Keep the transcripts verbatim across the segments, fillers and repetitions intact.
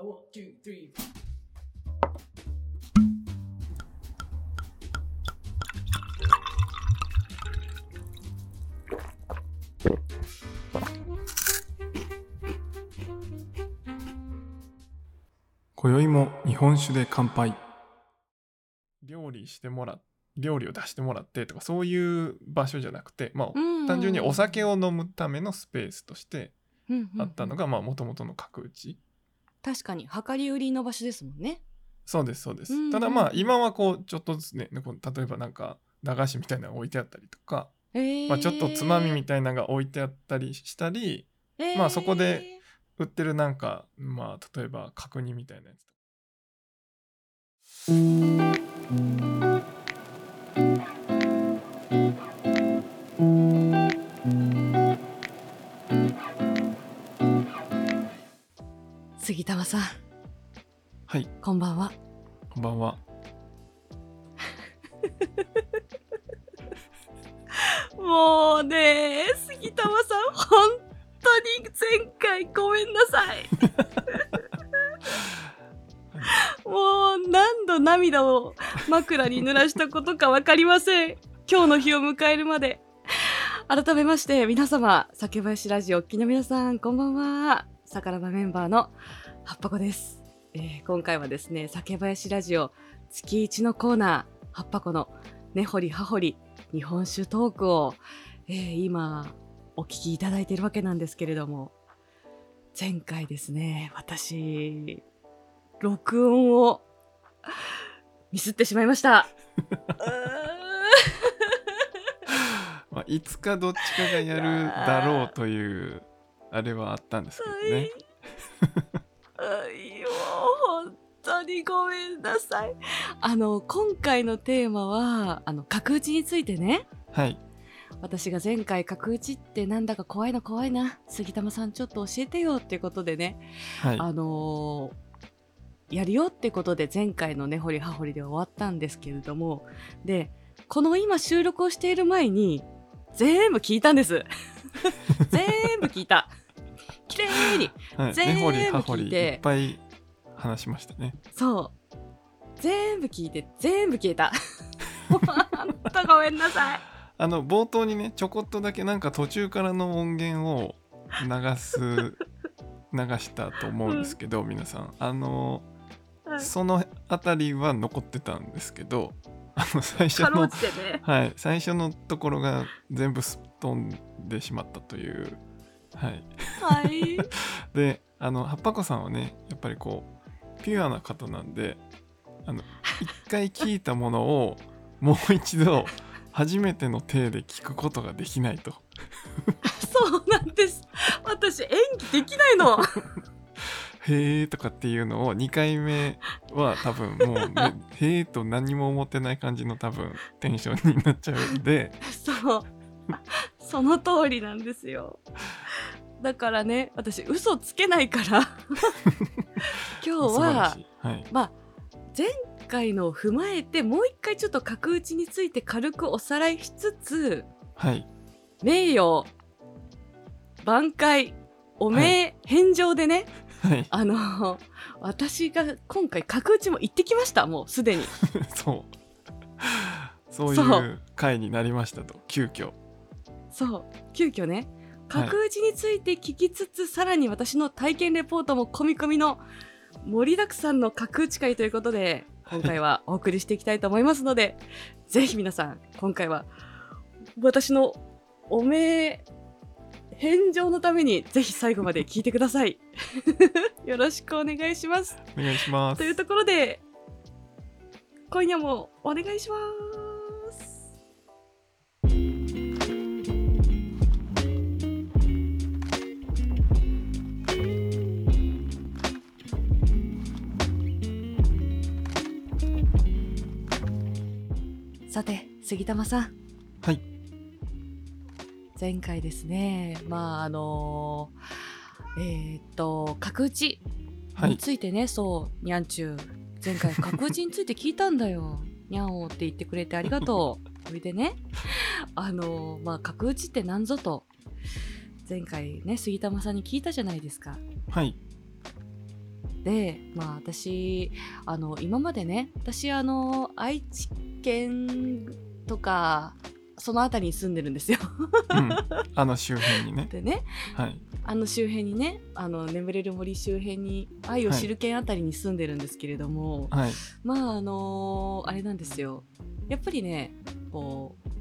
One, two, three. 今宵も日本酒で乾杯。料理してもらっ料理を出してもらってとかそういう場所じゃなくて、まあ、単純にお酒を飲むためのスペースとしてあったのがもともとの角打ち。 確かに量り売りの場所ですもんね。 そうですそうです、 うんうん、 ただまあ今はこうちょっとずつね、例えばなんか駄菓子みたいなのが置いてあったりとか、 えーまあ、ちょっとつまみみたいなのが置いてあったりしたり、 えー、 まあそこで売ってるなんか、まあ例えば角煮みたいなやつとか。 杉玉さん、 はい、 こんばんは。 こんばんは。 もうね、杉玉さん本当に前回ごめんなさいもう何度涙を枕に濡らしたことか分かりません。今日の日を迎えるまで。改めまして皆様、酒林ラジオお聞きの皆さん、こんばんは。さからばメンバーのはっぱこです、えー、今回はですね、酒林ラジオ月いちのコーナー、はっぱこの根掘り葉掘り日本酒トークを、えー、今お聞きいただいているわけなんですけれども、前回ですね、私録音をミスってしまいましたまあ、いつかどっちかがやるだろうというあれはあったんですけどねはい、もう本当にごめんなさい。あの今回のテーマはあの角打ちについてね。 はい、 私が前回角打ちってなんだか怖いな怖いな、杉玉さんちょっと教えてよっていうことでね、 はい、 あのー、やるよってことで前回の根掘り葉掘りで終わったんですけれども、でこの今収録をしている前に全部聞いたんです全部聞いた、きれいに、 はい、 全部根掘り葉掘聞いてりいっぱい話しましたね。 そう全部聞いて全部消えたほんとごめんなさい。 あの冒頭にねちょこっとだけなんか途中からの音源を流す流したと思うんですけど、うん、皆さんあの、はい、そのあたりは残ってたんですけど、あの最初の、ね、はい、最初のところが全部すっ飛んでしまったという、はい、 はい、 であのはっぱこさんはねやっぱりこうピュアな方なんで、あの一回聞いたものをもう一度初めての体で聞くことができないとそうなんです、私演技できないのへーとかっていうのをにかいめは多分もう、ね、へーと何も思ってない感じの多分テンションになっちゃうんでそうその通りなんですよ。だからね、私嘘つけないから今日は、はい、まあ前回のを踏まえてもう一回ちょっと角打ちについて軽くおさらいしつつ、 はい、 名誉挽回お名返上でね、 はい、 あの私が今回角打ちも行ってきました。もうすでにそうそういう回になりましたと、急遽そう急遽ね角打ちについて聞きつつ、はい、さらに私の体験レポートも込み込みの盛りだくさんの角打ち会ということで今回はお送りしていきたいと思いますので、はい、ぜひ皆さん今回は私のお名返上のためにぜひ最後まで聞いてくださいよろしくお願いします。 お願いします。 というところで今夜もお願いします。さて杉玉さん、 はい、 前回ですね、まああのえー、っと角打ちについてね、はい、そうにゃんちゅう前回角打ちについて聞いたんだよにゃおって言ってくれてありがとうそれでね、あのまあ角打ちって何ぞと前回ね杉玉さんに聞いたじゃないですか。 はい。 でまあ私あの今までね私あの愛知県とかその辺りに住んでるんですよ、 うん、あの周辺にねでね、 はい、 あの周辺にねあの眠れる森周辺に愛を知る県あたりに住んでるんですけれども、 はい、 まああのあれなんですよ、やっぱりねこう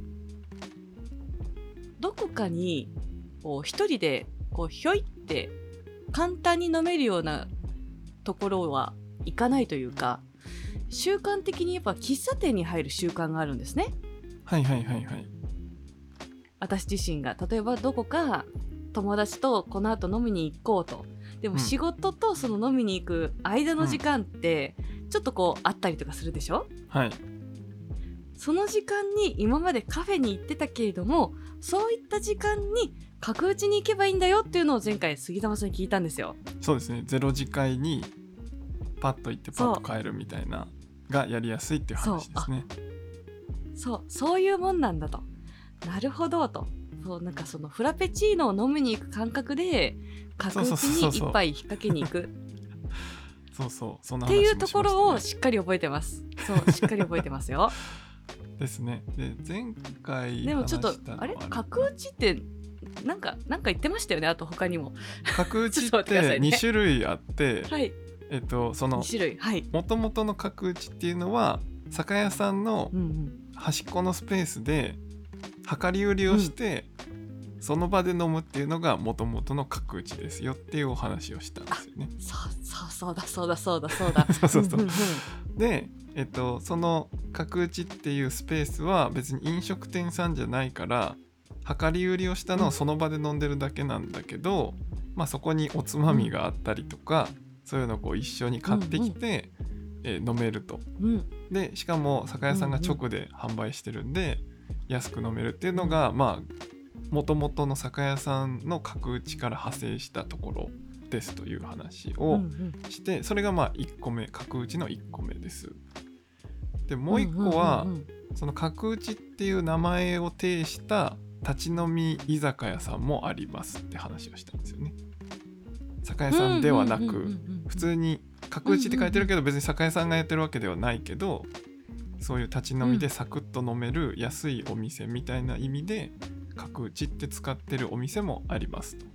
どこかにこう一人でこうひょいって簡単に飲めるようなところは行かないというか、習慣的にやっぱ喫茶店に入る習慣があるんですね。 はいはいはいはい。 私自身が例えばどこか友達とこの後飲みに行こうと、でも仕事とその飲みに行く間の時間ってちょっとこうあったりとかするでしょ、 はい、 その時間に今までカフェに行ってたけれども、そういった時間に角打ちに行けばいいんだよっていうのを前回杉玉さんに聞いたんですよ。 そうですね、ゼロ次会にパッと行ってパッと帰るみたいながやりやすいっていう話ですね。 そう、そういうもんなんだと。なるほどと。そうなんかそのフラペチーノを飲みに行く感覚で角打ちに一杯引っ掛けに行くそうそうそんな話もしましたね。っていうところをしっかり覚えてます。そうしっかり覚えてますよですね。で前回でもちょっと話したのはあれ角打ちってなんかなんか言ってましたよね。あと他にも角打ちってに種類あって、 はい、 えっとそのに種類、はい、 元々の角打ちっていうのは酒屋さんの端っこのスペースで量り売りをして、うん、その場で飲むっていうのが元々の角打ちですよっていうお話をしたんですよね。 そうそうそうだそうだそうだそうだそうそうそうで、えっと、その角打ちっていうスペースは別に飲食店さんじゃないから量り売りをしたのをその場で飲んでるだけなんだけど、うん、まあそこにおつまみがあったりとか、うん、そういうのをこう一緒に買ってきて、うんうんえー、飲めると、うん、でしかも酒屋さんが直で販売してるんで、うんうん安く飲めるっていうのが、うん、まあ元々の酒屋さんの角打ちから派生したところですという話をして、うんうん、それがまあいっこめ、角打ちのいっこめです。でもういっこは、うんうんうんうん、その角打ちっていう名前を呈した立ち飲み居酒屋さんもありますって話をしたんですよね。酒屋さんではなく普通に角打ちって書いてるけど別に酒屋さんがやってるわけではないけど、そういう立ち飲みでサクッと飲める安いお店みたいな意味で角打ちって使ってるお店もありますと。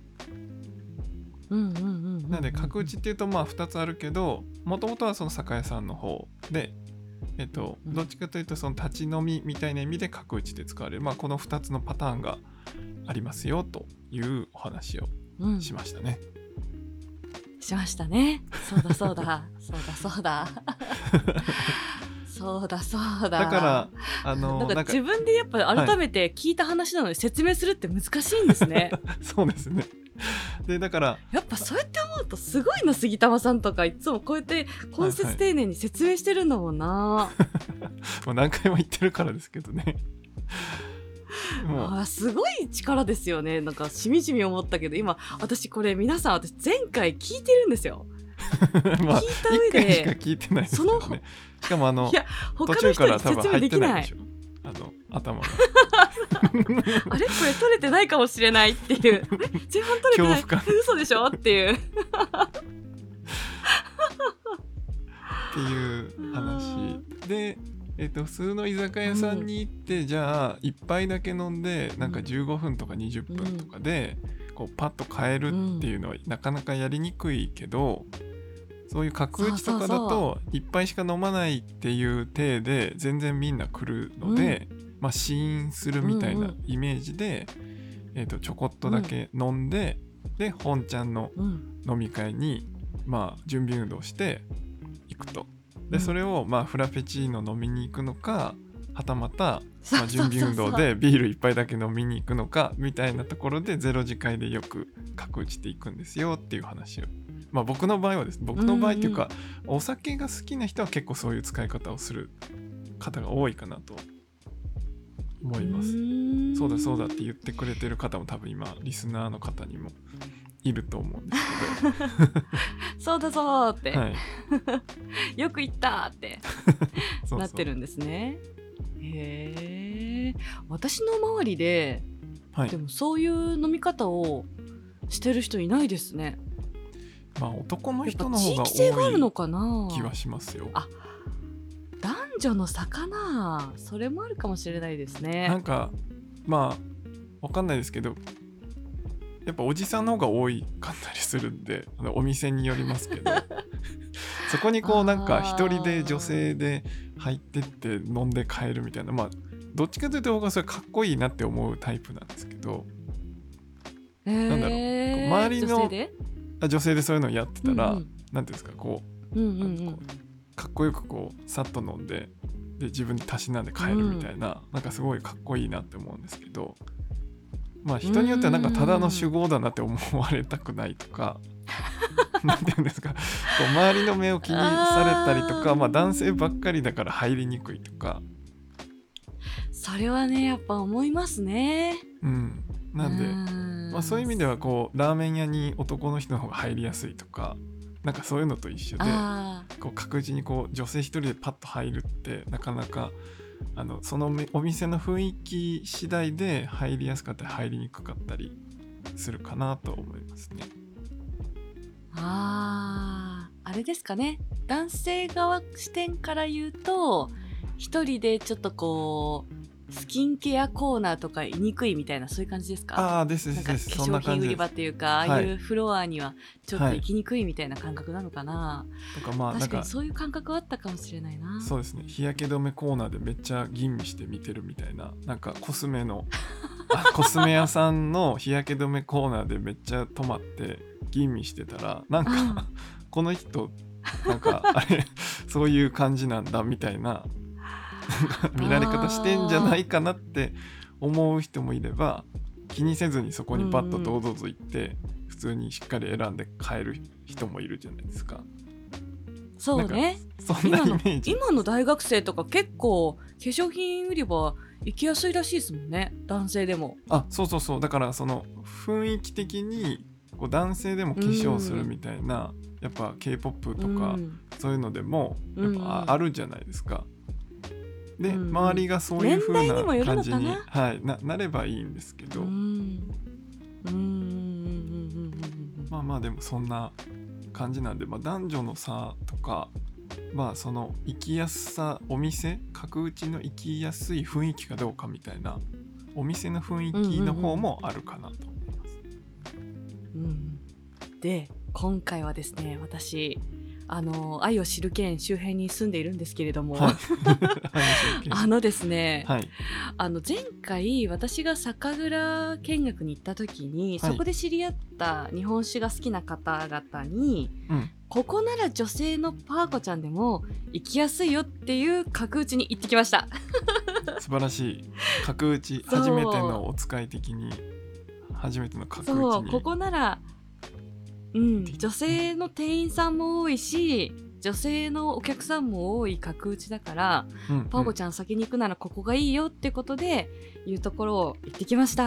なので角打ちっていうとまあふたつあるけど、もともとはその酒屋さんの方で、えっと、どっちかというとその立ち飲みみたいな意味で角打ちで使われる、まあ、このふたつのパターンがありますよというお話をしましたね。 うん、しましたね。そうだそうだそうだそうだそうだそうだ。 だからあのなんか自分でやっぱ改めて聞いた話なのに説明するって難しいんですね。 はい、そうですね。でだからやっぱそうやって思うとすごいな、杉玉さんとかいつもこうやって根節丁寧に説明してるんだもんな。はいはい、もう何回も言ってるからですけどね。 もうあすごい力ですよね。なんかしみじみ思ったけど今私これ皆さん私前回聞いてるんですよ。まあ、聞いた上でいっかいしか聞いてないですけどね。しかもあの途中から多分入ってないでしょ、あの頭があれこれ取れてないかもしれないっていうあれ前半取れてない嘘でしょっていうっていう話で、えーと、普通の居酒屋さんに行って、うん、じゃあいっぱいだけ飲んでなんかじゅうごふんとかにじゅっぷんとかで、うん、こうパッと買えるっていうのはなかなかやりにくいけど、そういう角打ちとかだといっぱいしか飲まないっていう体で全然みんな来るので、うん、まあ試飲するみたいなイメージで、うんうんえーと、ちょこっとだけ飲んで、うん、で本ちゃんの飲み会にまあ準備運動していくと。でそれをまあフラペチーノ飲みに行くのか、はたまたまあ準備運動でビール一杯だけ飲みに行くのかみたいなところでゼロ次会でよく角打ちていくんですよっていう話を、まあ僕の場合はですね、僕の場合っていうか、うんうん、お酒が好きな人は結構そういう使い方をする方が多いかなと思います。うそうだそうだって言ってくれてる方も多分今リスナーの方にもいると思うんですけどそうだそうって、 はい、 よく言ったってなってるんですね。へえ。私の周りで、はい、でもそういう飲み方をしてる人いないですね。 まあ男のやっぱ人の方が地域性があるの多かない気はしますよ。 あ、男女の差かな、それもあるかもしれないですなね。 んかまあわかんないですけど、やっぱおじさんの方が多いかったりするんで、あのお店によりますけどそこにこうなんか一人で女性で入ってって飲んで帰るみたいな、まあどっちかというと僕はそれかっこいいなって思うタイプなんですけど、 えー、 なんだろう、周りの女性であ女性でそういうのをやってたら、 うんうんなんていうんですか、こう、 うんうんうんこうかっこよくこうさっと飲んで、で自分でたしなんで帰るみたいな、なんかすごいかっこいいなって思うんですけど、まあ人によってはなんかただの酒豪だなって思われたくないとかなんていうんですか、こう周りの目を気にされたりとか、まあ男性ばっかりだから入りにくいとか、 それはねやっぱ思いますね。 うんなんで、 うんまあ、そういう意味ではこうラーメン屋に男の人の方が入りやすいとか、なんかそういうのと一緒で、 あこう確実にこう女性一人でパッと入るってなかなかあのそのお店の雰囲気次第で入りやすかったり入りにくかったりするかなと思いますね。 ーあーあれですかね、男性側視点から言うと一人でちょっとこうスキンケアコーナーとか居にくいみたいな、そういう感じですか？ ああですでなんか化すですそん粧な感じです品売り場っていうか、ああいうフロアにはちょっと行きにくいみたいな感覚なのかな、 とか、まあなんか確かにそういう感覚はあったかもしれないな。 そうですね、日焼け止めコーナーでめっちゃ吟味して見てるみたいな、なんかコスメのあコスメ屋さんの日焼け止めコーナーでめっちゃ止まって吟味してたら、なんかこの人なんかあれそういう感じなんだみたいな見られ方してんじゃないかなって思う人もいれば、気にせずにそこにパッと堂々と行って普通にしっかり選んで買える人もいるじゃないですか。 そうね、 そんなイメ今のージ。 今の大学生とか結構化粧品売り場行きやすいらしいですもんね、男性でも。 あ、そうそうそう、だからその雰囲気的にこう男性でも化粧するみたいな、やっぱ K-ポップ とかうんそういうのでもやっぱあうんあるじゃないですか。で、 うん周りがそういう風年代にもよるのかなな感じに、はい、な, なればいいんですけど、 うんうんうんうんうんうんまあまあでもそんな感じなんで、まあ、男女の差とか、まあその行きやすさ、お店角打ちの行きやすい雰囲気かどうかみたいな、お店の雰囲気の方もあるかなと思います。 うんうん、で今回はですね、私あの愛を知る県周辺に住んでいるんですけれども、 はいあのですね、 はいあの前回私が酒蔵見学に行った時に、 はいそこで知り合った日本酒が好きな方々に、 うんここなら女性のパーコちゃんでも行きやすいよっていう角打ちに行ってきました。 素晴らしい。角打ち、 そう初めてのお使い的に初めての角打ちに。 そうここなら、うん、女性の店員さんも多いし女性のお客さんも多い角打ちだから、 うんうん、 パーコちゃん先に行くならここがいいよってことでいうところを行ってきました。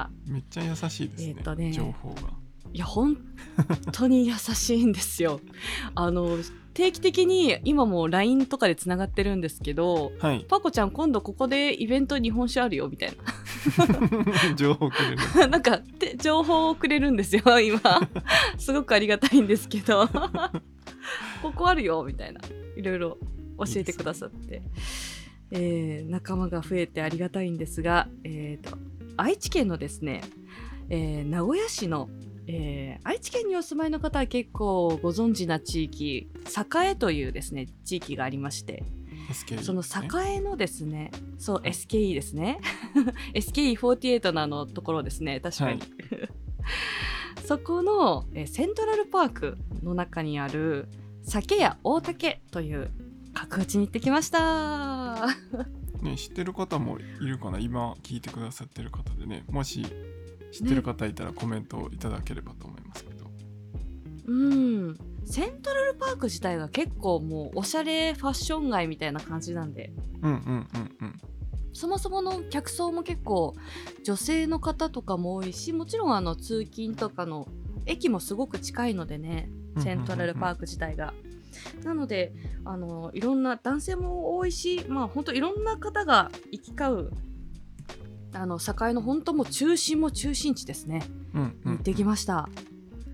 めっちゃ優しいですね、 えーとね情報が。 いや本当に優しいんですよ。あの定期的に今も ライン とかでつながってるんですけど、 はい、 パコちゃん今度ここでイベント日本酒あるよみたいな情報くれるなんかて情報をくれるんですよ今すごくありがたいんですけどここあるよみたいないろいろ教えてくださって、いいえー、仲間が増えてありがたいんですが、えーと、愛知県のですね、えー、名古屋市のえー、愛知県にお住まいの方は結構ご存知な地域、栄というですね地域がありまして、 エスケーイーその栄のですね、そう エスケーイー ですねエスケーイーフォーティーエイト のあのところですね、確かに、はい、そこの、えー、セントラルパークの中にある酒屋大竹という角打ちに行ってきましたね、知ってる方もいるかな、今聞いてくださってる方でね、もし知ってる方いたらコメントをいただければと思いますけど、ね、 うんセントラルパーク自体が結構もうおしゃれファッション街みたいな感じなんで、 うんうんうんうんそもそもの客層も結構女性の方とかも多いし、もちろんあの通勤とかの駅もすごく近いのでね、セントラルパーク自体が、なのであのいろんな男性も多いし、まあ本当いろんな方が行き交うあの栄の本当もう中心も中心地ですね、 うんうん、 行ってきました。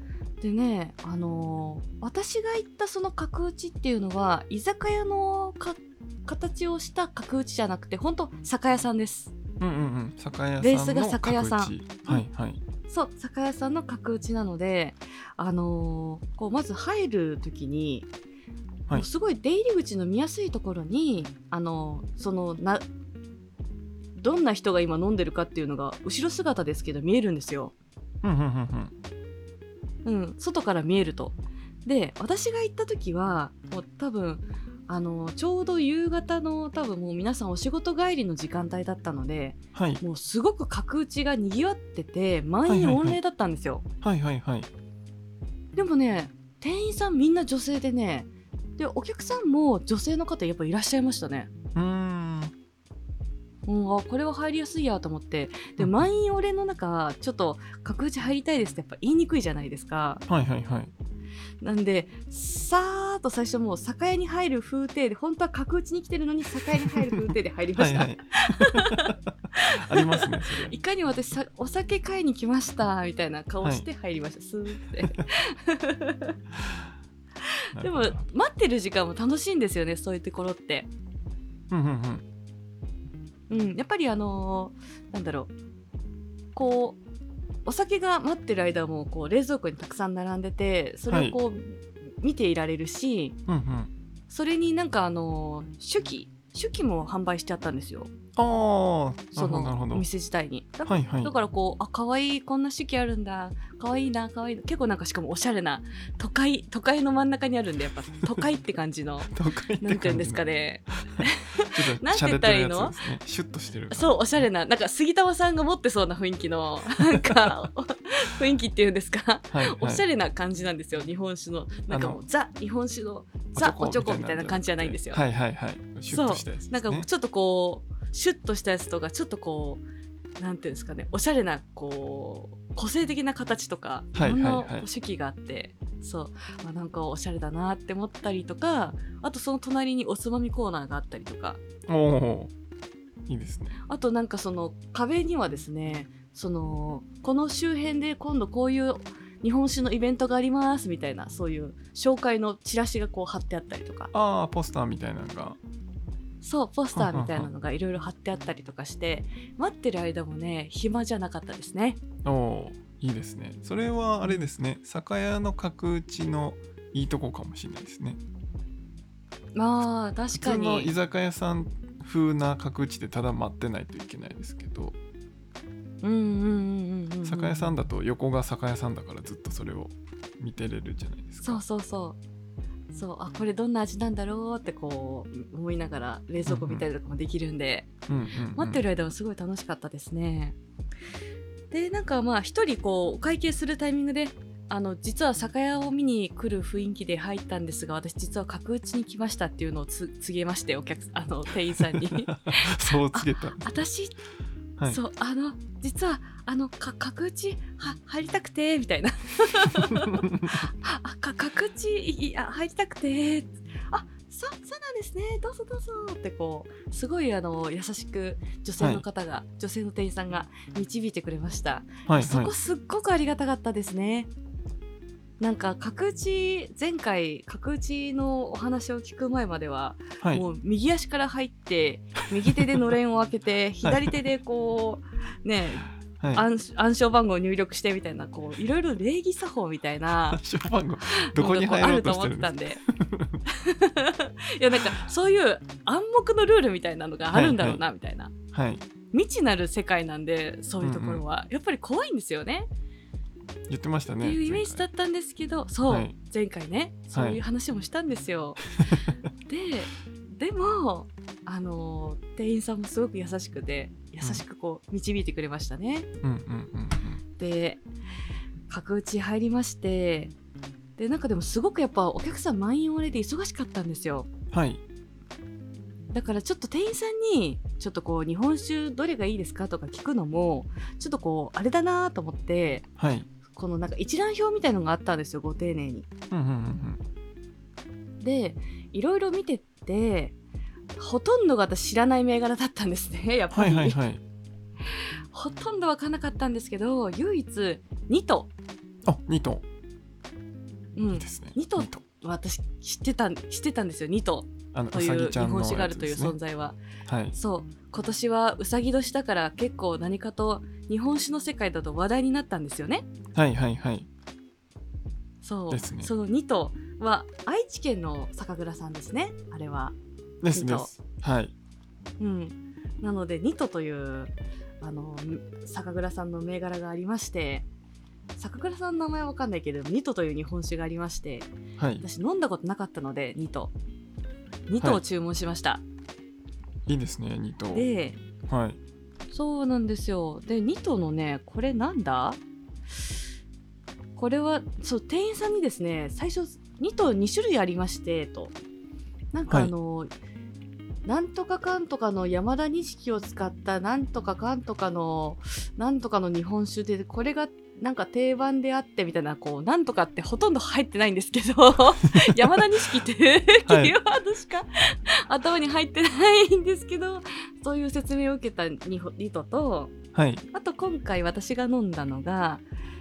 でね、あのー私が行ったその角打ちっていうのは居酒屋のか形をした角打ちじゃなくて、ほんと酒屋さんです。 うんうんうん。酒屋さんのベースが酒屋さん角打ち。はいはい。 そう、酒屋さんの角打ちなので、あのーこうまず入る時に、 はいもうすごい出入り口の見やすいところに、あのーそのなどんな人が今飲んでるかっていうのが後ろ姿ですけど見えるんですよ。 うんうんうんうん。 うん、外から見えると。で、私が行った時はもう多分あのちょうど夕方の多分もう皆さんお仕事帰りの時間帯だったので、 はいもうすごく角打ちがにぎわってて満員御礼だったんですよ。 はいはいはい。 でもね、店員さんみんな女性でね、でお客さんも女性の方やっぱいらっしゃいましたね。 うーん。 うん、あこれは入りやすいやと思って、でうん満員御礼の中ちょっと角打ち入りたいですってやっぱ言いにくいじゃないですか。 はいはいはい。 なんでさーっと最初もう酒屋に入る風景で、本当は角打ちに来てるのに酒屋に入る風景で入りました。 はいはい。ありますねそれ。 いかに私さお酒買いに来ましたみたいな顔して入りました、スーってでも待ってる時間も楽しいんですよね、そういうところって。 うんうんうん。 うん、やっぱりあのーなんだろう、こうお酒が待ってる間もこう冷蔵庫にたくさん並んでて、それをこう、見ていられるし、 うんうん。 それになんかあのー手記手記も販売しちゃったんですよ、 ああ、なそるほどなるほど。 のお店自体に。だはいはいだ。からこう、あ、可愛い、こんな手記あるんだ、可愛いな、可愛いな、結構なんかしかもおしゃれな都会都会の真ん中にあるんで、やっぱ都会って感じの都会ってなんていうんですかね。 ね、 ちょっとなんて言ったらいいの洒落てるやつですね。シュッとしてる。 そうおしゃれな、なんか杉玉さんが持ってそうな雰囲気のなんか雰囲気っていうんですか、 はいはい。 おしゃれな感じなんですよ、日本酒の。なんかもうあのザ日本酒のザおちょこみたいな感じじゃないんですよ。 はいはいはい。シュッとしたやつですね。 なんかちょっとこうシュッとしたやつとか、ちょっとこうなんていうんですかね、おしゃれなこう個性的な形とか、いろんな手記があって、そう、まあ、なんかおしゃれだなって思ったりとか、あとその隣におつまみコーナーがあったりとか、 おお、いいですね。 あとなんかその壁にはですね、そのこの周辺で今度こういう日本酒のイベントがありますみたいな、そういう紹介のチラシがこう貼ってあったりとか、 ああ、ポスターみたいなのが。 そうポスターみたいなのがいろいろ貼ってあったりとかして、待ってる間もね暇じゃなかったですね。 おお、いいですね。それはあれですね、酒屋の角打ちのいいとこかもしれないですね。 まあ確か普通の居に、 酒屋さん風な角打ちでただ待ってないといけないですけど、 うんうんうんうんうん、 酒屋さんだと横が酒屋さんだからずっとそれを見てれるじゃないですか。 そうそうそうそう、あこれどんな味なんだろうってこう思いながら冷蔵庫見たりとかもできるんで、 うんうんうん、 待ってる間はすごい楽しかったですね。でなんかまあ一人こうお会計するタイミングで、あの実は酒屋を見に来る雰囲気で入ったんですが、私実は角打ちに来ましたっていうのをつ告げまして、お客あの店員さんにそう告げた。 私、 はい、 そうあの実はあのか角打ちは入りたくてみたいなあか角打ちいや入りたくて、あそそうなんですね、どうぞどうぞってこうすごいあの優しく女性の方が、はい、女性の店員さんが導いてくれました、はい、そこすっごくありがたかったですね。なんか角打ち、前回角打ちのお話を聞く前までは、はい、もう右足から入って右手でのれんを開けて左手でこうね、はい、暗, 暗証番号を入力してみたいな、こういろいろ礼儀作法みたいな暗証番号どこに入ろうとしてるんですか。 あると思ってたんでいやなんかそういう暗黙のルールみたいなのがあるんだろうなみたいな、 はいはい、 未知なる世界なんで、そういうところは、うんうん、やっぱり怖いんですよね。 言ってましたねっていうイメージだったんですけど、そう、はい、前回ねそういう話もしたんですよ、はい、ででもあの店員さんもすごく優しくて優しくこう導いてくれましたね、 うんうんうんうん、 で角打ち入りまして、でなんかでもすごくやっぱお客さん満員御礼で忙しかったんですよ。 はいだからちょっと店員さんにちょっとこう日本酒どれがいいですかとか聞くのもちょっとこうあれだなと思って、 はい、 このなんか一覧表みたいのがあったんですよ、ご丁寧に、 うんうんうんうん、でいろいろ見てってほとんどが私知らない銘柄だったんですね、やっぱり、はいはいはい、 ほとんど分からなかったんですけど、唯一にとあにとうん、 いいですね。 ニト私知ってた知ってたんですよ。ニトあのという日うさぎちゃんの本酒があるというやつですね存在は。 はいそう今年はうさぎ年だから結構何かと日本酒の世界だと話題になったんですよね。 はいはいはいそうですねそのニトは愛知県の酒蔵さんですね。あれはニトですですはいうんなのでニトというあの酒蔵さんの銘柄がありまして、酒蔵さんの名前は分かんないけどニトという日本酒がありまして、 はい私飲んだことなかったのでニトニトを注文しました、 いいですねに頭ではいそうなんですよ。でニトのねこれなんだこれはそう店員さんにですね最初ニトに種類ありましてとなんかあの、はいなんとかかんとかの山田錦を使ったなんとかかんとかのなんとかの日本酒でこれがなんか定番であってみたいなこうなんとかってほとんど入ってないんですけど山田錦っていうキーワードしか頭に入ってないんですけど、そういう説明を受けたニトと、 はい、 あと今回私が飲んだのが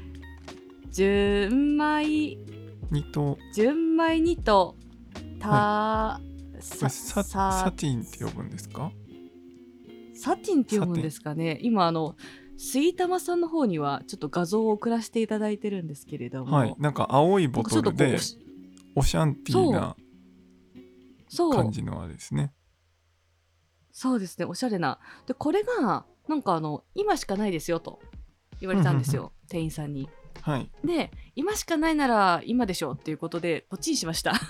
純米ニト純米ニトた、はいこれ サ, サティンって呼ぶんですか？ サティンって呼ぶんですかね。今あの杉玉さんの方にはちょっと画像を送らせていただいてるんですけれども、 はい、なんか青いボトルでオシャンティーな感じのあれですね。 そうですね、おしゃれな。でこれがなんかあの今しかないですよと言われたんですよ店員さんに。 はい、 で今しかないなら今でしょっていうことでポチンしました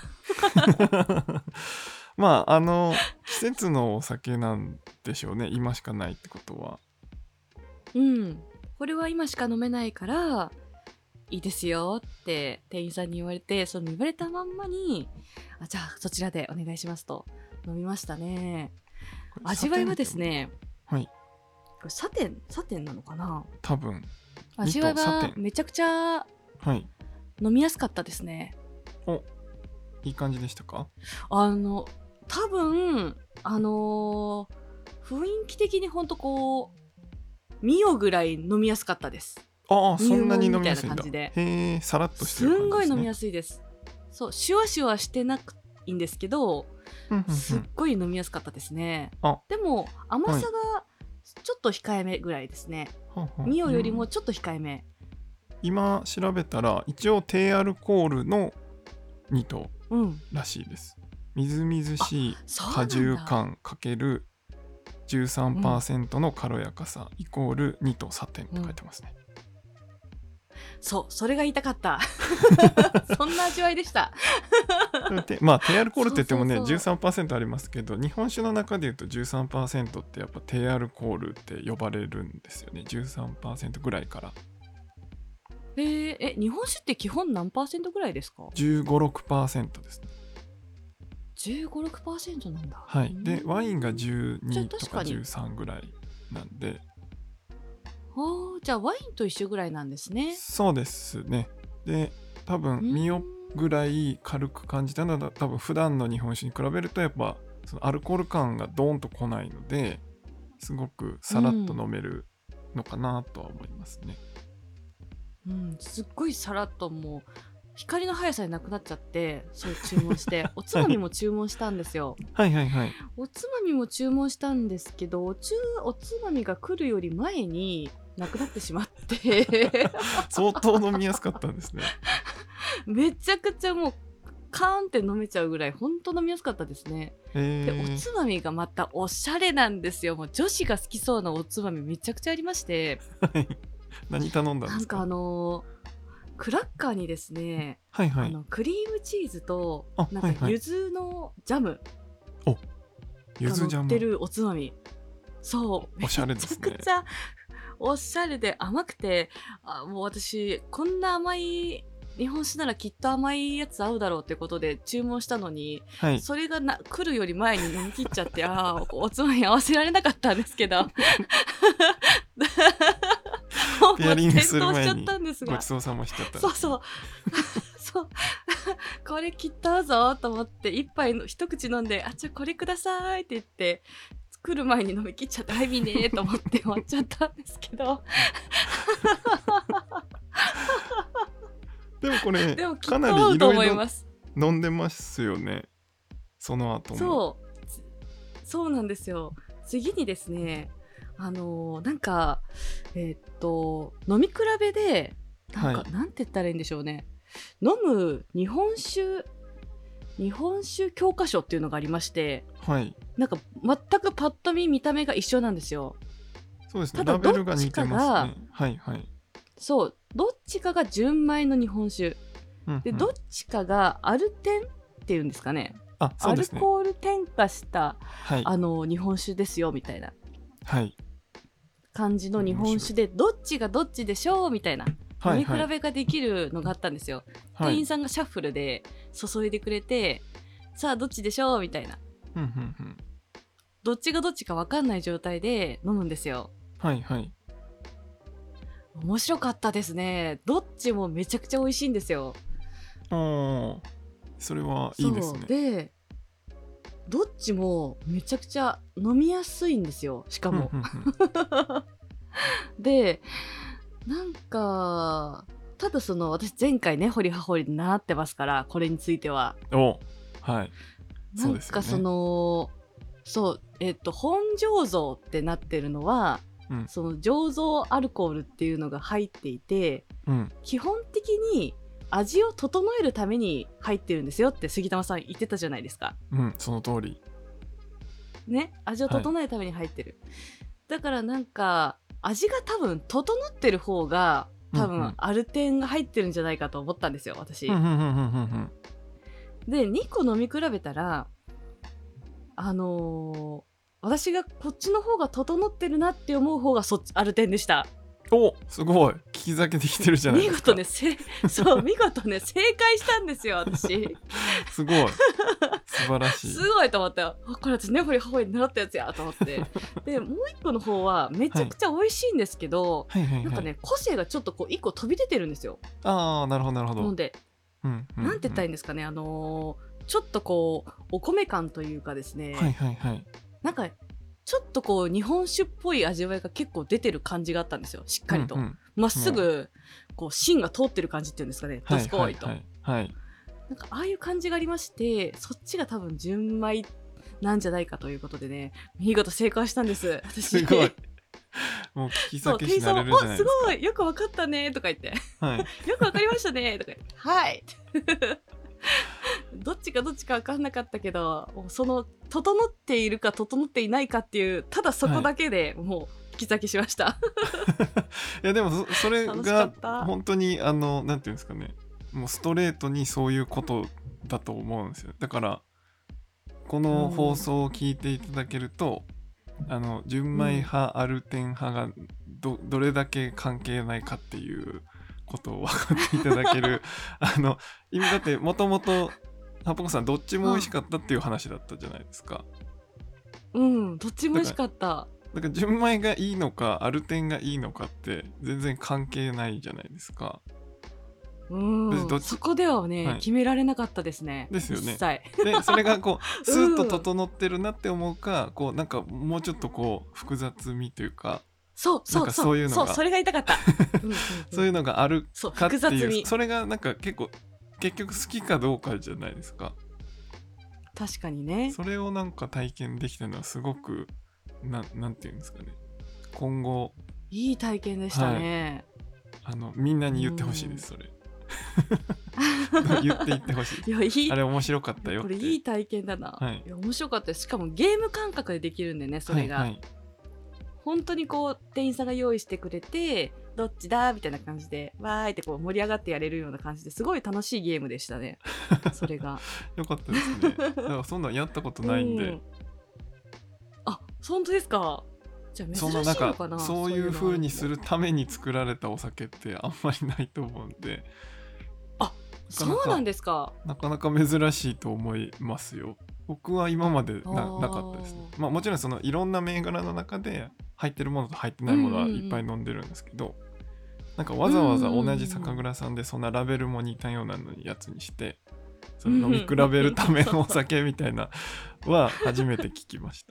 まああの季節のお酒なんでしょうね今しかないってことは。 うんこれは今しか飲めないからいいですよって店員さんに言われて、その言われたまんまにあじゃあそちらでお願いしますと飲みましたね。味わいはですね、 はい、 これサテンサテンなのかな、 多分味わいはめちゃくちゃ飲みやすかったですね。 はい、おいい感じでしたか？ あの多分あのー、雰囲気的にほんとこうミオぐらい飲みやすかったです。 ああそんなに飲みやすいんだ。 みたいな感じでへえさらっとしてる感じですね。 すんごい飲みやすいです。そうシュワシュワしてなくいいんですけどすっごい飲みやすかったですね。でも甘さがちょっと控えめぐらいですね。はい、ミオよりもちょっと控えめ。 今調べたら一応低アルコールのに頭らしいです、うん、みずみずしい果汁感×じゅうさんパーセント の軽やかさ、うん、イコールに頭サテンって書いてますね、 うん、そうそれが言いたかったそんな味わいでしたまあ低アルコールって言ってもねそうそうそう じゅうさんパーセント ありますけど、日本酒の中でいうと じゅうさんパーセント ってやっぱ低アルコールって呼ばれるんですよね。 じゅうさんパーセント ぐらいから。 えー、え日本酒って基本何パーセントぐらいですか？ じゅうご、ろくパーセント ですね。 じゅうご、ろくパーセント なんだ。 はい。でワインがじゅうにとかじゅうさんぐらいなんで、 あじゃあワインと一緒ぐらいなんですね。 そうですね。で多分ミオぐらい軽く感じたのは多分普段の日本酒に比べるとやっぱそのアルコール感がドーンと来ないのですごくさらっと飲めるのかなとは思いますね。 うん、うん、すっごいさらっともう光の速さでなくなっちゃってそれ注文しておつまみも注文したんですよ。 はいはいはい。 おつまみも注文したんですけどおつ、おつまみが来るより前になくなってしまって相当飲みやすかったんですね。 めちゃくちゃもうカーンって飲めちゃうぐらい本当飲みやすかったですね。でおつまみがまたおしゃれなんですよ。もう女子が好きそうなおつまみめちゃくちゃありまして何頼んだんですか？ なんかあのークラッカーにですね、 はいはい、 あのクリームチーズとなんか柚子のジャムが乗ってるおつまみ、そうおしゃれですね。 めちゃくちゃおしゃれで甘くて、あもう私こんな甘い日本酒ならきっと甘いやつ合うだろうってことで注文したのに、はい、それがな来るより前に飲み切っちゃってあおつまみ合わせられなかったんですけどペアリングする前にごちそうさましちゃった。 そうそうそうこれきっと合うぞと思って一杯の一口飲んであじゃあこれくださいって言って作る前に飲み切っちゃってあいみねーと思って終わっちゃったんですけどでもこれでもきっかなと合うとりいろいろ思います。 飲んでますよね、その後も。 そうつそうなんですよ。次にですね、あのーなんかえーっと飲み比べでなんか、 はいなんて言ったらいいんでしょうね。飲む日本酒日本酒教科書っていうのがありまして、 はいなんか全くパッと見見た目が一緒なんですよ。 そうですね、 ただラベルが似てどっちかますがね。はいはい。 そうどっちかが純米の日本酒で、 うんうん、 どっちかがアルテンっていうんですかね。アルあそうですね。 コール添加したはいあの日本酒ですよみたいなはい感じの日本酒で、どっちがどっちでしょうみたいな飲み比はいはいべができるのがあったんですよ。 はい店員さんがシャッフルで注いでくれて、さあどっちでしょうみたいな、 うんうんうんどっちがどっちか分かんない状態で飲むんですよ。 はいはい面白かったですね。どっちもめちゃくちゃ美味しいんですよ。 あーそれはいいですそうね。 でどっちもめちゃくちゃ飲みやすいんですよ、しかも。 うんうんうんでなんかただその私前回ね掘り葉掘りになってますから、これについてはおはいなそうんですよね。 かそのそうえっと本醸造ってなってるのは、 うんその醸造アルコールっていうのが入っていて、 うん基本的に味を整えるために入ってるんですよって杉玉さん言ってたじゃないですか。 うんその通り。 ね、味を整えるために入ってる、だからなんか味が多分整ってる方が多うんうん分アルテンが入ってるんじゃないかと思ったんですよ私、 うんうんうんうんうんでにこ飲み比べたらあのー私がこっちの方が整ってるなって思う方がそっちアルテンでした。 おすごい聞き酒できてるじゃない見ですか。 事ねせそう見事ね正解したんですよ私。 すごい素晴らしい。 すごいと思ったよ。あこれ私ねほりはほりに習ったやつやと思ってでもう一個の方はめちゃくちゃ美味しいんですけど、 はいはいはい。 なんかね個性がちょっとこう一個飛び出てるんですよ。 ああなるほどなるほど。 飲んで、 うんうんうん、 なんて言ったらいいんですかね、あのーちょっとこうお米感というかですね、 はいはいはい。 なんかちょっとこう日本酒っぽい味わいが結構出てる感じがあったんですよ、しっかりと。 うんうんまっすぐこう芯が通ってる感じっていうんですかね、どすこいと、 はいはいはい、はい、 なんかああいう感じがありまして、そっちが多分純米なんじゃないかということでね、見事正解したんです私。 すごいもう聞きそう酒店員さんも「おしなれるじゃないですか。 すごいよくわかったね」とか言ってはい 「よくわかりましたね」とか言って「はい」どっちかどっちか分かんなかったけど、もうその整っているか整っていないかっていうただそこだけでもう引き先しました、 いやでも そ, それ楽しかがった本当にあのなんていうんですかね、もうストレートにそういうことだと思うんですよ。だからこの放送を聞いていただけると、あの純米派、アルテン派が ど, どれだけ関係ないかっていうことを分かっていただけるあの今だってもともとハポコさんどっちも美味しかったっていう話だったじゃないですか。 うんどっちも美味しかった。 だから純米がいいのかアルテンがいいのかって全然関係ないじゃないですか。 うんそこではね、 はい、 決められなかったですね。 ですよね。 実際でそれがこうスーッと整ってるなって思うか、うん、こうなんかもうちょっとこう複雑味というか、 そうそうそうそういうのがそうそれが言いたかったうんうん、うん、 そういうのがあるかっていう、 複雑味、 それがなんか結構結局好きかどうかじゃないですか。 確かにね。 それをなんか体験できたのはすごく な, なんていうんですかね、今後いい体験でしたね、 はい、あのみんなに言ってほしいです、それ言っていってほしい。 いやいい、 あれ面白かったよって。 これいい体験だな、 はい、 いや面白かったです。しかもゲーム感覚でできるんでね、それが、はいはい、本当にこう店員さんが用意してくれてどっちだみたいな感じでわーいってこう盛り上がってやれるような感じですごい楽しいゲームでしたねそれがよかったですね。だからそんなんやったことないんで、うん、 あ本当ですか。じゃあ珍しいのかな。そんななんかそういう風にするために作られたお酒ってあんまりないと思うんで。 あそうなんですか。 なかなか珍しいと思いますよ。僕は今まで な, なかったですね。まあもちろんそのいろんな銘柄の中で入ってるものと入ってないものはいっぱい飲んでるんですけど、うんうんうん、なんかわざわざ同じ酒蔵さんでそんなラベルも似たようなのやつにしてその飲み比べるためのお酒みたいなは初めて聞きました。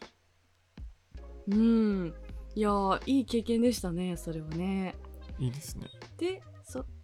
うんいやいい経験でしたね、それはね。 いいですね。 で そ,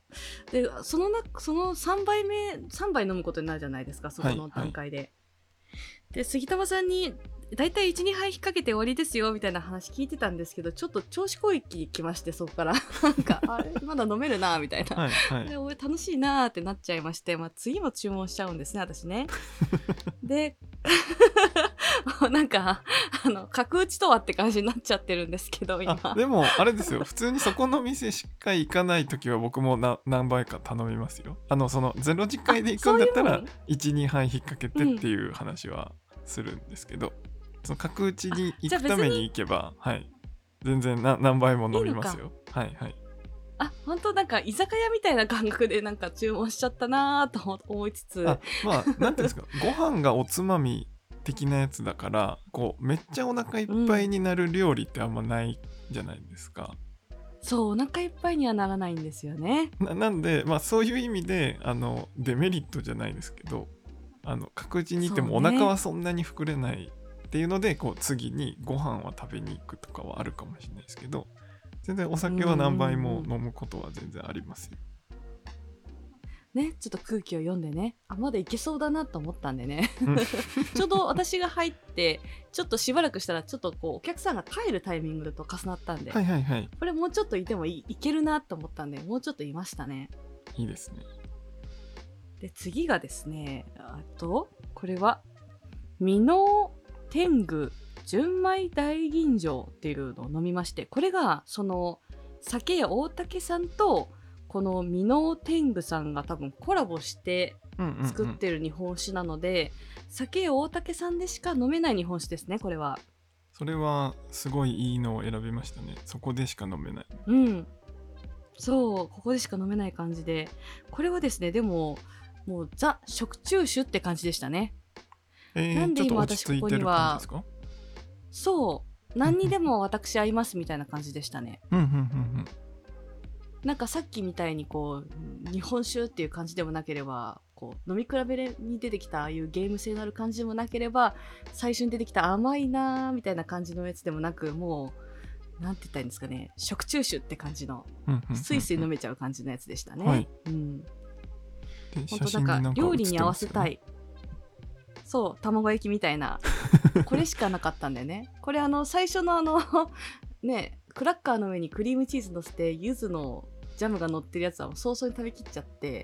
でそのなそのさんばいめさんばい飲むことになるじゃないですか、そこの段階で、はいはい、で杉玉さんにだいたい いち,に 杯引っ掛けて終わりですよみたいな話聞いてたんですけど、ちょっと調子こいき来まして、そこからなんかあれまだ飲めるなみたいな、はい、はい、で俺楽しいなってなっちゃいまして、まあ、次も注文しちゃうんですね私ねでなんかあの角打ちとはって感じになっちゃってるんですけど今。 あでもあれですよ、普通にそこの店しか行かないときは僕もな何杯か頼みますよ。あのそのゼロ次会で行くんだったら いち,に 杯引っ掛けてっていう話はするんですけど、うん、その角打ちに行くために行けば、はい、全然な何杯も飲みますよ。いいはいはい。 あ、本当なんか居酒屋みたいな感覚でなんか注文しちゃったなと思いつつ、 あ、まあなんていうんですかご飯がおつまみ的なやつだから、こうめっちゃお腹いっぱいになる料理ってあんまないじゃないですか、 うん、そうお腹いっぱいにはならないんですよね。 な, なんでまあそういう意味であのデメリットじゃないですけど、あの角打ちに行ってもお腹はそんなに膨れないっていうので、こう次にご飯は食べに行くとかはあるかもしれないですけど、全然お酒は何杯も飲むことは全然ありますよ。 ね、ちょっと空気を読んでね、あまだいけそうだなと思ったんでねちょうど私が入ってちょっとしばらくしたらちょっとこうお客さんが帰るタイミングと重なったんで、 はいはいはい、 これもうちょっといても い, いけるなと思ったんで、もうちょっといましたね。 いいですね。 で次がですね、あとこれは箕面天狗純米大吟醸っていうのを飲みまして、これがその酒屋大竹さんとこの箕面天狗さんが多分コラボして作ってる日本酒なので、うんうんうん、酒屋大竹さんでしか飲めない日本酒ですね、これは。 それはすごいいいのを選びましたね。そこでしか飲めない。 うん、そうここでしか飲めない感じで、これはですねでももうザ食中酒って感じでしたね。 えー、なんで今私ここにはそう何にでも私合いますみたいな感じでしたねうんうんうんうん、 なんかさっきみたいにこう日本酒っていう感じでもなければ、こう飲み比べに出てきたああいうゲーム性のある感じでもなければ、最初に出てきた甘いなーみたいな感じのやつでもなく、もうなんて言ったらいいんですかね、食中酒って感じのスイスイ飲めちゃう感じのやつでしたね、はい、うん、本当なんか料理に合わせたい、そう卵焼きみたいなこれしかなかったんだよね。これあの最初のあのねクラッカーの上にクリームチーズ乗せて柚子のジャムが乗ってるやつは早々に食べきっちゃって、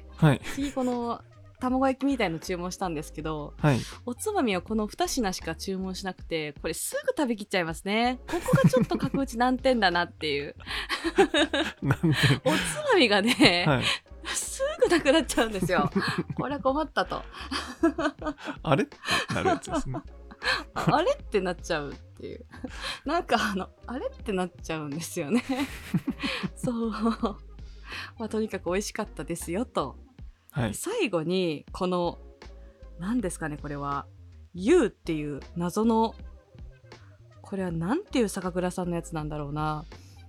はい、 次この卵焼きみたいの注文したんですけど、はい、おつまみはこのに品しか注文しなくて、これすぐ食べきっちゃいますね。ここがちょっと角打ち難点だなっていうおつまみがね、はい、すぐなくなっちゃうんですよ。これは困ったとあれってなるやつですねあれってなっちゃうっていうなんかあのあれってなっちゃうんですよねそうまあとにかく美味しかったですよと、はい、最後にこの何ですかね、これは U っていう謎の、これはなんていう酒蔵さんのやつなんだろうな、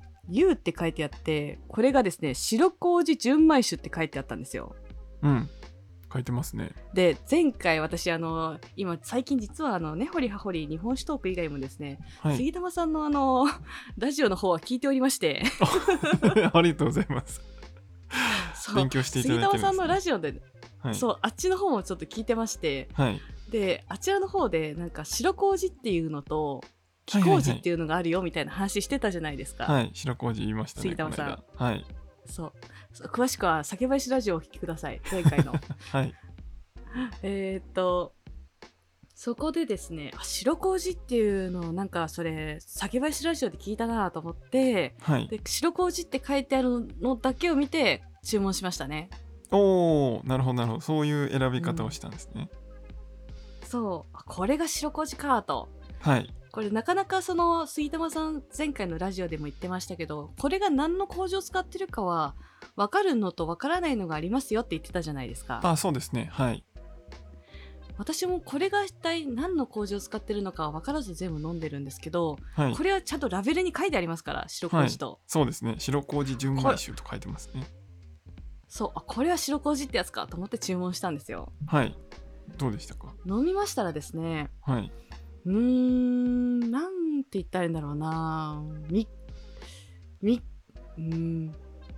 U って書いてあって、これがですね白麹純米酒って書いてあったんですよ。 うん書いてますね。 で前回私あの今最近実はあの根掘り葉掘り日本酒トーク以外もですね、はい、杉玉さんのあのラジオの方は聞いておりましてありがとうございます勉強していただいてるんですね。杉玉さんのラジオで、 はい、 そうあっちの方もちょっと聞いてまして、はい、であちらの方でなんか白麹っていうのと木麹っていうのがあるよみたいな話してたじゃないですか。 はい、はいはい、白麹言いましたね杉玉さん。 はい、 そう詳しくは酒林ラジオをお聞きください、前回のはいえっとそこでですね、白麹っていうのをなんかそれ酒林ラジオで聞いたなと思って、はい、で白麹って書いてあるのだけを見て注文しましたね。 おーなるほどなるほど、そういう選び方をしたんですね、 うん、そうこれが白麹かと。はい、これなかなかその杉玉さん前回のラジオでも言ってましたけど、これが何の麹を使ってるかは分かるのと分からないのがありますよって言ってたじゃないですか。 あ、そうですね、はい。 私もこれが一体何の麹を使ってるのかは分からず全部飲んでるんですけど、はい、これはちゃんとラベルに書いてありますから、白麹と、はい、 そうですね、白麹純米酒と書いてますね。 そう、あこれは白麹ってやつかと思って注文したんですよ。 はい、どうでしたか？ 飲みましたらですね、 はい、 うーんなんて言ったらいいんだろうな、みみうーんう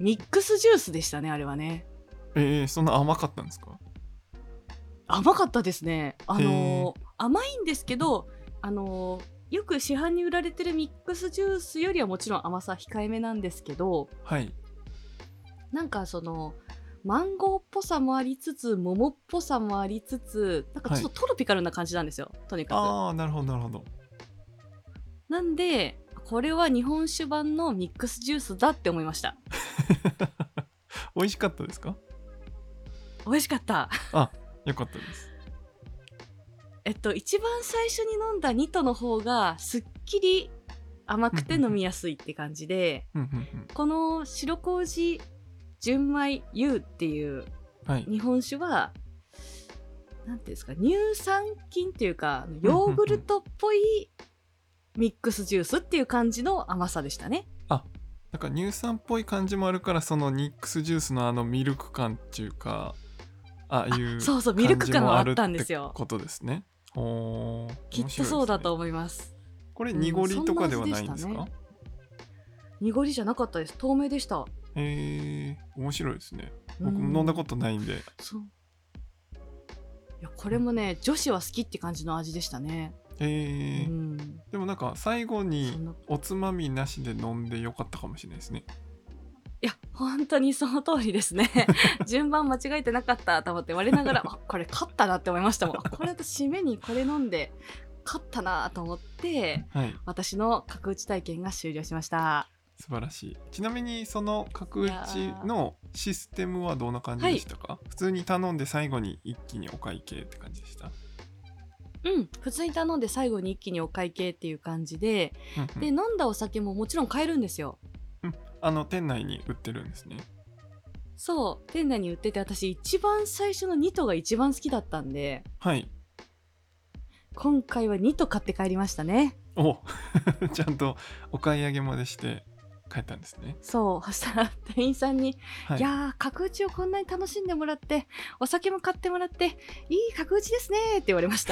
ミックスジュースでしたね、あれはね。 えー、そんな甘かったんですか？ 甘かったですね。あへのー甘いんですけど、あのーよく市販に売られてるミックスジュースよりはもちろん甘さ控えめなんですけど、 はい。 なんかそのマンゴーっぽさもありつつ桃っぽさもありつつ、なんかちょっとトロピカルな感じなんですよ、とにかく。 ああ、なるほどなるほど。 なんでこれは日本酒版のミックスジュースだって思いました。 美味しかったですか？ 美味しかった。 あ、よかったです。 えっと一番最初に飲んだニトの方がすっきり甘くて飲みやすいって感じで、 うんうんうん。 この白麹純米 U っていうはい。 日本酒はなんていうんですか、乳酸菌っていうかヨーグルトっぽいミックスジュースっていう感じの甘さでしたね。 あ、なんか乳酸っぽい感じもあるから、そのミックスジュースのあのミルク感っていうか、ああいうそうそうミルク感はあったん感じもあるってですよ。 ことですね。おー、 きっと面白いですね。 そうだと思います。 これ濁りとかではないんですか？ うんそんな味でしたね。濁りじゃなかったです。透明でした。 へえー、面白いですね。僕うん飲んだことないんで。 そういやこれもね女子は好きって感じの味でしたね。 へえー、 うんでもなんか最後にそんなおつまみなしで飲んでよかったかもしれないですね。 いや本当にその通りですね。順番間違えてなかったと思って我ながらあこれ勝ったなって思いましたもん。あこれと締めにこれ飲んで勝ったなと思ってはい、 私の角打ち体験が終了しました。 素晴らしい。ちなみにその角打ちのシステムはどんな感じでしたか？普通に頼んで最後に一気にお会計って感じでした？ うん普通に頼んで最後に一気にお会計っていう感じで、 うんで飲んだお酒ももちろん買えるんですよ。 うん、あの店内に売ってるんですね。 そう店内に売ってて、私一番最初のニトが一番好きだったんで、 はい。 今回はニト買って帰りましたね。 おちゃんとお買い上げまでして帰ったんですね。 そうそしたら店員さんに、 はい、 いやー角打ちをこんなに楽しんでもらってお酒も買ってもらっていい角打ちですねって言われました。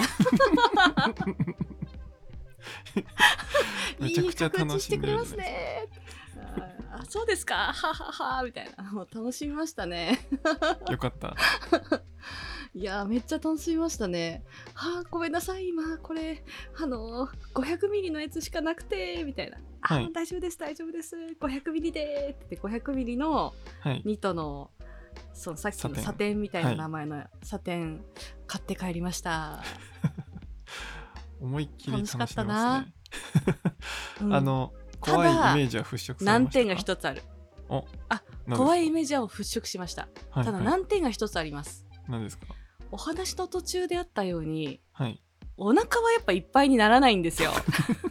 めちゃくちゃ楽しんでるいい角打ちしてくれますね。あそうですかはははみたいな、もう楽しみましたね。 よかった。 いやーめっちゃ楽しみましたね。はあごめんなさい今これあのー、ごひゃくミリのやつしかなくてみたいな、あ、 はい、 大丈夫です大丈夫ですごひゃくミリでーって言ってごひゃくミリのニトのそのさっきのサテンみたいな名前のサテン買って帰りました。 思いっきり楽しんでますね。 楽しかったな。うん、 あの怖いイメージは払拭されましたか？ 難点が一つある。 おあ怖いイメージは払拭しました、はいはい、ただ難点が一つあります。 何ですか？ お話の途中であったように、 はい、 お腹はやっぱいっぱいにならないんですよ。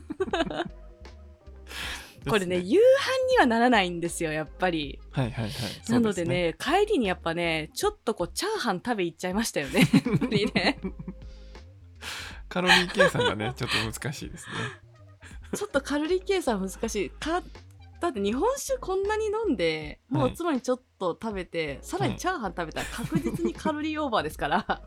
これね夕飯にはならないんですよやっぱり。 はいはいはい。 なのでね、帰りにやっぱねちょっとこうチャーハン食べ行っちゃいましたよね。やっぱりねカロリー計算がねちょっと難しいですね。 ちょっとカロリー計算難しいか。だって日本酒こんなに飲んでもうおつまみちょっと食べて、はい、さらにチャーハン食べたら確実にカロリーオーバーですから、はい、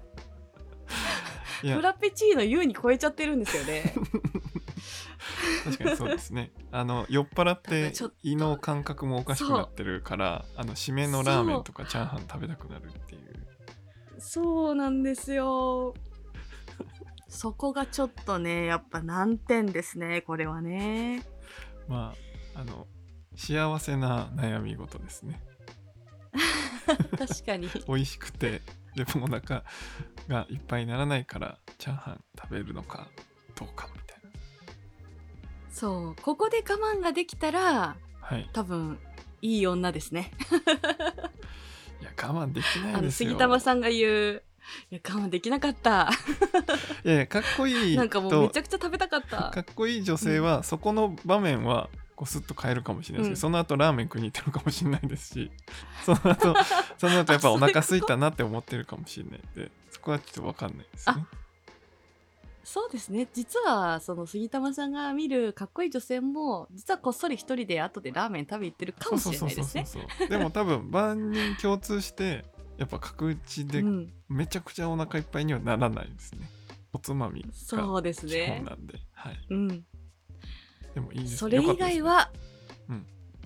フラペチーノ優に超えちゃってるんですよね。 確かにそうですね。あの酔っ払って胃の感覚もおかしくなってるから、あの締めのラーメンとかチャーハン食べたくなるっていう。 そうなんですよ。そこがちょっとねやっぱ難点ですねこれはね。 まああの幸せな悩み事ですね。 確かに美味しくてでもお腹がいっぱいにならないからチャーハン食べるのかどうかみたいな。 そうここで我慢ができたら、はい、多分いい女ですね。 いや我慢できないですよ。 あの杉玉さんが言ういや我慢できなかった。 いやいやかっこいいなんかもうめちゃくちゃ食べたかった。 かっこいい女性は、うん、そこの場面はこうスッと変えるかもしれないですけど、うん、その後ラーメン食いに行ってるかもしれないですし、その後その後やっぱお腹空いたなって思ってるかもしれないんで、そこはちょっと分かんないですね。 そうですね。実はその杉玉さんが見るかっこいい女性も実はこっそり一人で後でラーメン食べ行ってるかもしれないですね。 でも多分万人共通してやっぱ角打ちでめちゃくちゃお腹いっぱいにはならないですね。おつまみが基本なんで、そうですね、はい、 うん、 でもいいですね。 それ以外は、 うん、 とっ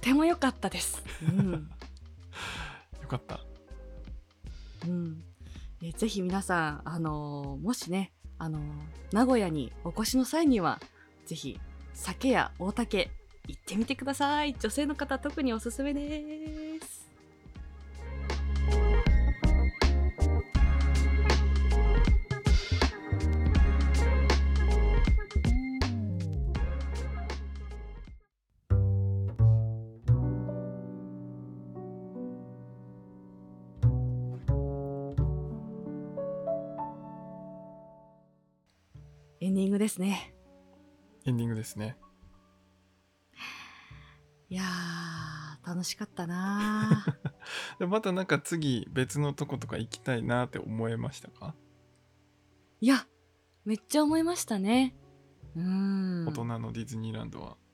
ても良かったです。うん、 よかった。 うん、えぜひ皆さん、あのーもしね、あのー名古屋にお越しの際にはぜひ酒や大竹行ってみてください。女性の方特におすすめです。エンディングですね。 エンディングですね。 いやー楽しかったなー。 でまたなんか次別のとことか行きたいなって思いましたか？ いやめっちゃ思いましたね。うーん大人のディズニーランドは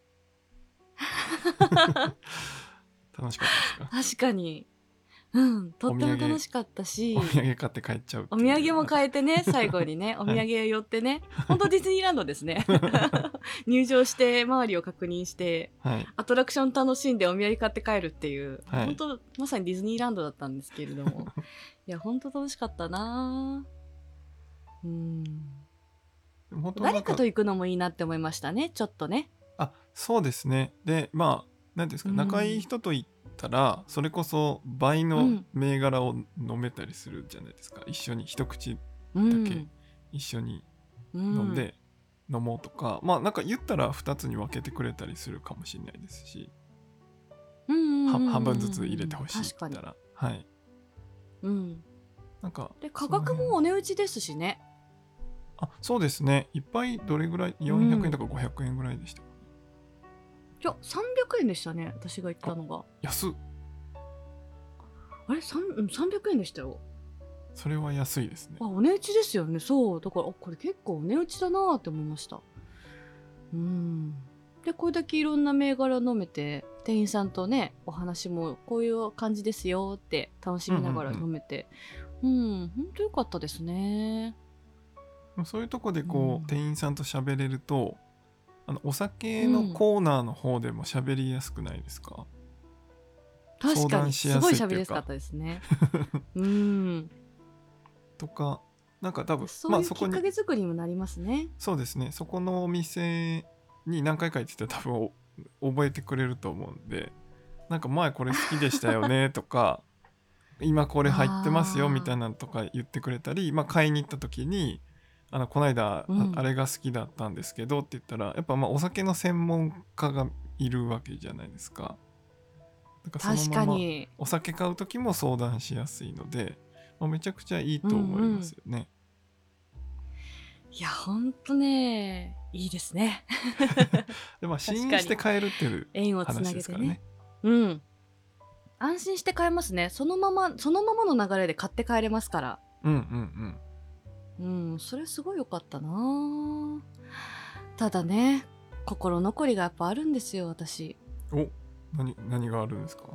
楽しかったですか？ 確かに、うん、とってもお土産楽しかったし、 お土産買って帰っちゃうっておいう土産も買えてね、最後にね、お土産寄ってね、本当ディズニーランドですね。入場して周りを確認して、 はいアトラクション楽しんでお土産買って帰るっていう、 はい本当まさにディズニーランドだったんですけれども、いや本当楽しかったな。うん。 本当なん誰かと行くのもいいなって思いましたね、ちょっとね。 あそうですね。でまあ何ですか、 うん仲いい人と行ったらそれこそ倍のうん銘柄を飲めたりするじゃないですか。一緒に一口うんだけ一緒にうん飲んで飲もうとか、まあなんか言ったらふたつに分けてくれたりするかもしれないですし、 うんうんうんうんは半分ずつ入れてほしいって確かに言ったら、はいうんなんかで価格もお値打ちですしね。 あそうですね。いっぱいどれぐらいよんひゃくえんとかごひゃくえんぐらいでしたかね。 いやさんびゃくえんでしたね、私が行ったのが。 安っ。 あれさんうんさんびゃくえんでしたよ。 それは安いですね。 あお値打ちですよね。そうだからあこれ結構お値打ちだなーって思いました。うんでこれだけいろんな銘柄飲めて店員さんとねお話もこういう感じですよって楽しみながら飲めて、うんほんとよかったですね。 そういうとこでこう、 うん店員さんと喋れると、あのお酒のコーナーの方でも喋りやすくないですか？ 確か相談にすごいしやすいっていうか喋りやすかったですね。うんとかなんか多分そういうきっまあそこにかけ作りにもなりますね。 そうですね。そこのお店に何回か行ってたら多分お覚えてくれると思うんで、なんか前これ好きでしたよねとか今これ入ってますよみたいなのとか言ってくれたり、まあ買いに行った時にあのこの間、 うんああれが好きだったんですけどって言ったらやっぱまあお酒の専門家がいるわけじゃないですか。だからそ確のままかにお酒買う時も相談しやすいので、まあ、めちゃくちゃいいと思いますよね。 いやほんとねいいですね。 でまあ確かに信用して買えるっていう縁をつな話げてねですからね。 うん安心して買えますね。そのままそのままの流れで買って帰れますから。 うんうんうんそれすごい良かったな。ただね心残りがやっぱあるんですよ私。 うん。お何何があるんですか？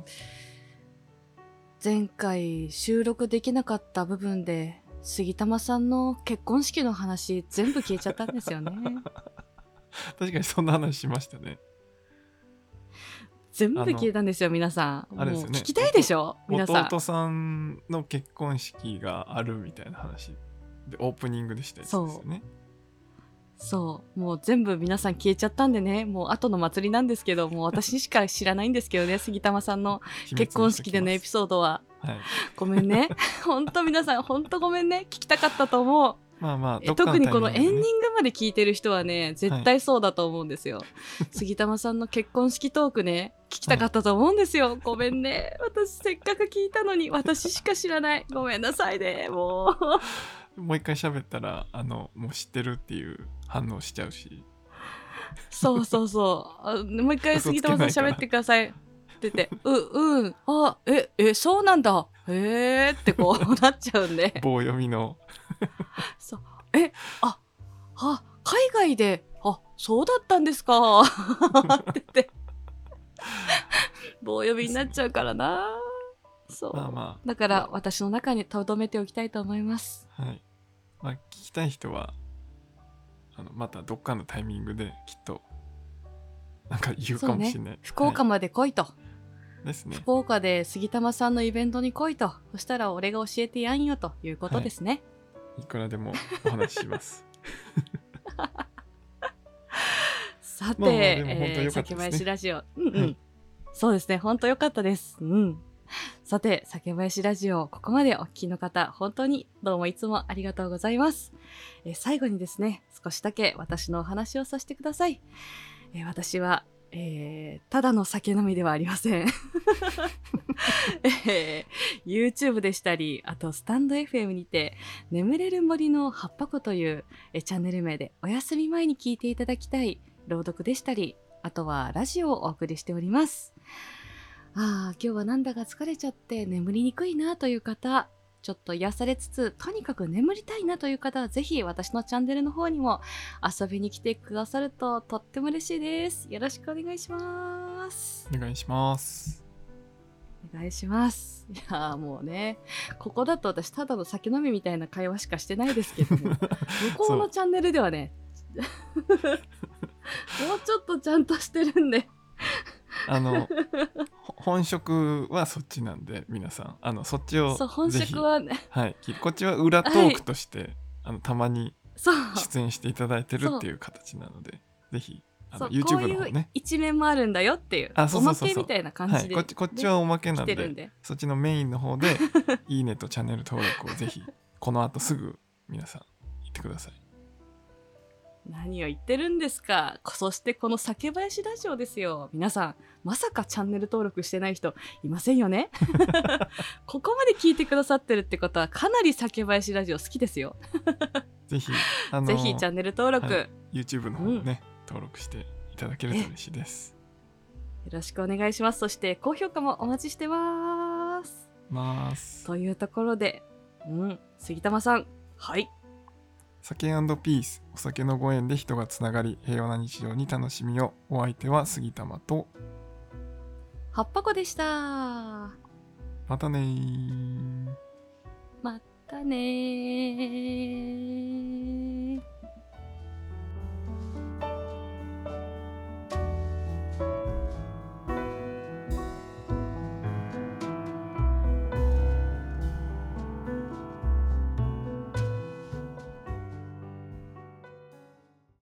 前回収録できなかった部分で杉玉さんの結婚式の話全部消えちゃったんですよね。 確かにそんな話しましたね。 全部消えたんですよ皆さん。 あれですよねもう聞きたいでしょ皆さん。 弟さんの結婚式があるみたいな話でオープニングでしたやつですよね。 そうもう全部皆さん消えちゃったんでね、もう後の祭りなんですけど、もう私しか知らないんですけどね杉玉さんの結婚式でのエピソードは。 はい、 ごめんねほんと皆さんほんとごめんね、聞きたかったと思う。 まあまあえどっかの特にこのエンディンタイミングでねグまで聞いてる人はね絶対そうだと思うんですよ、杉玉さんの結婚式トークね聞きたかったと思うんですよ、ごめんね私せっかく聞いたのに私しか知らない、ごめんなさいねもうもう一回喋ったらあのもう知ってるっていう反応しちゃうし、 そうそうそうあもう一回杉玉さん喋ってくださいって言ってううんあええそうなんだへーってこうなっちゃうんで棒読みのそうえああ海外であそうだったんですかって言って棒読みになっちゃうからな。そう、 まあまあだから私の中に留めておきたいと思います。 はい、まあ、聞きたい人はあのまたどっかのタイミングできっとなんか言うかもしれない、 ね、福岡まで来いと、 はい、ですね。 福岡で杉玉さんのイベントに来いと、そしたら俺が教えてやんよということですね。 はい、いくらでもお話ししますさて、 まあまあでも本当良かったですね、 えー、酒林ラジオ、うんうん、 はい、 そうですね、本当良かったです。うん。さて、酒林ラジオ、ここまでお聞きの方、本当にどうもいつもありがとうございます。えー、最後にですね、少しだけ私のお話をさせてください。えー、私は、えー、ただの酒飲みではありません。えー、YouTube でしたり、あとスタンド エフエム にて、眠れる森の葉っぱ子というえチャンネル名でお休み前に聞いていただきたい朗読でしたり、あとはラジオをお送りしております。ああ、今日はなんだか疲れちゃって眠りにくいなという方、ちょっと癒されつつ、とにかく眠りたいなという方は、ぜひ私のチャンネルの方にも遊びに来てくださるととっても嬉しいです。よろしくお願いします。 お願いします。 お願いします。いやーもうね、ここだと私ただの酒飲みみたいな会話しかしてないですけども、向こうのチャンネルではね、もうちょっとちゃんとしてるんで。 あの本職はそっちなんで、皆さんあのそっちをそう、本職はね、 はい、こっちは裏トークとして、はい、あのたまに出演していただいてるっていう形なので、ぜひあの YouTube の方ね、 こういう一面もあるんだよっていう、 あ、そうそうそうそう、 おまけみたいな感じで、はい、 こっちこっちはおまけなんで、 んでそっちのメインの方でいいねとチャンネル登録をぜひこの後すぐ皆さん言ってください。 何を言ってるんですか。そしてこの酒林ラジオですよ。皆さん、まさかチャンネル登録してない人いませんよね。ここまで聞いてくださってるってことは、かなり酒林ラジオ好きですよ。 ぜひ、あのー、 ぜひチャンネル登録、はい、 YouTube の方ね、うん、登録していただけると嬉しいです。 よろしくお願いします。そして高評価もお待ちしてます。 ますというところで、うん、杉玉さん、はい。 酒&ピース、お酒のご縁で人がつながり、平和な日常に楽しみを。お相手は杉玉と葉っぱ子でした。 またねー。 またねー。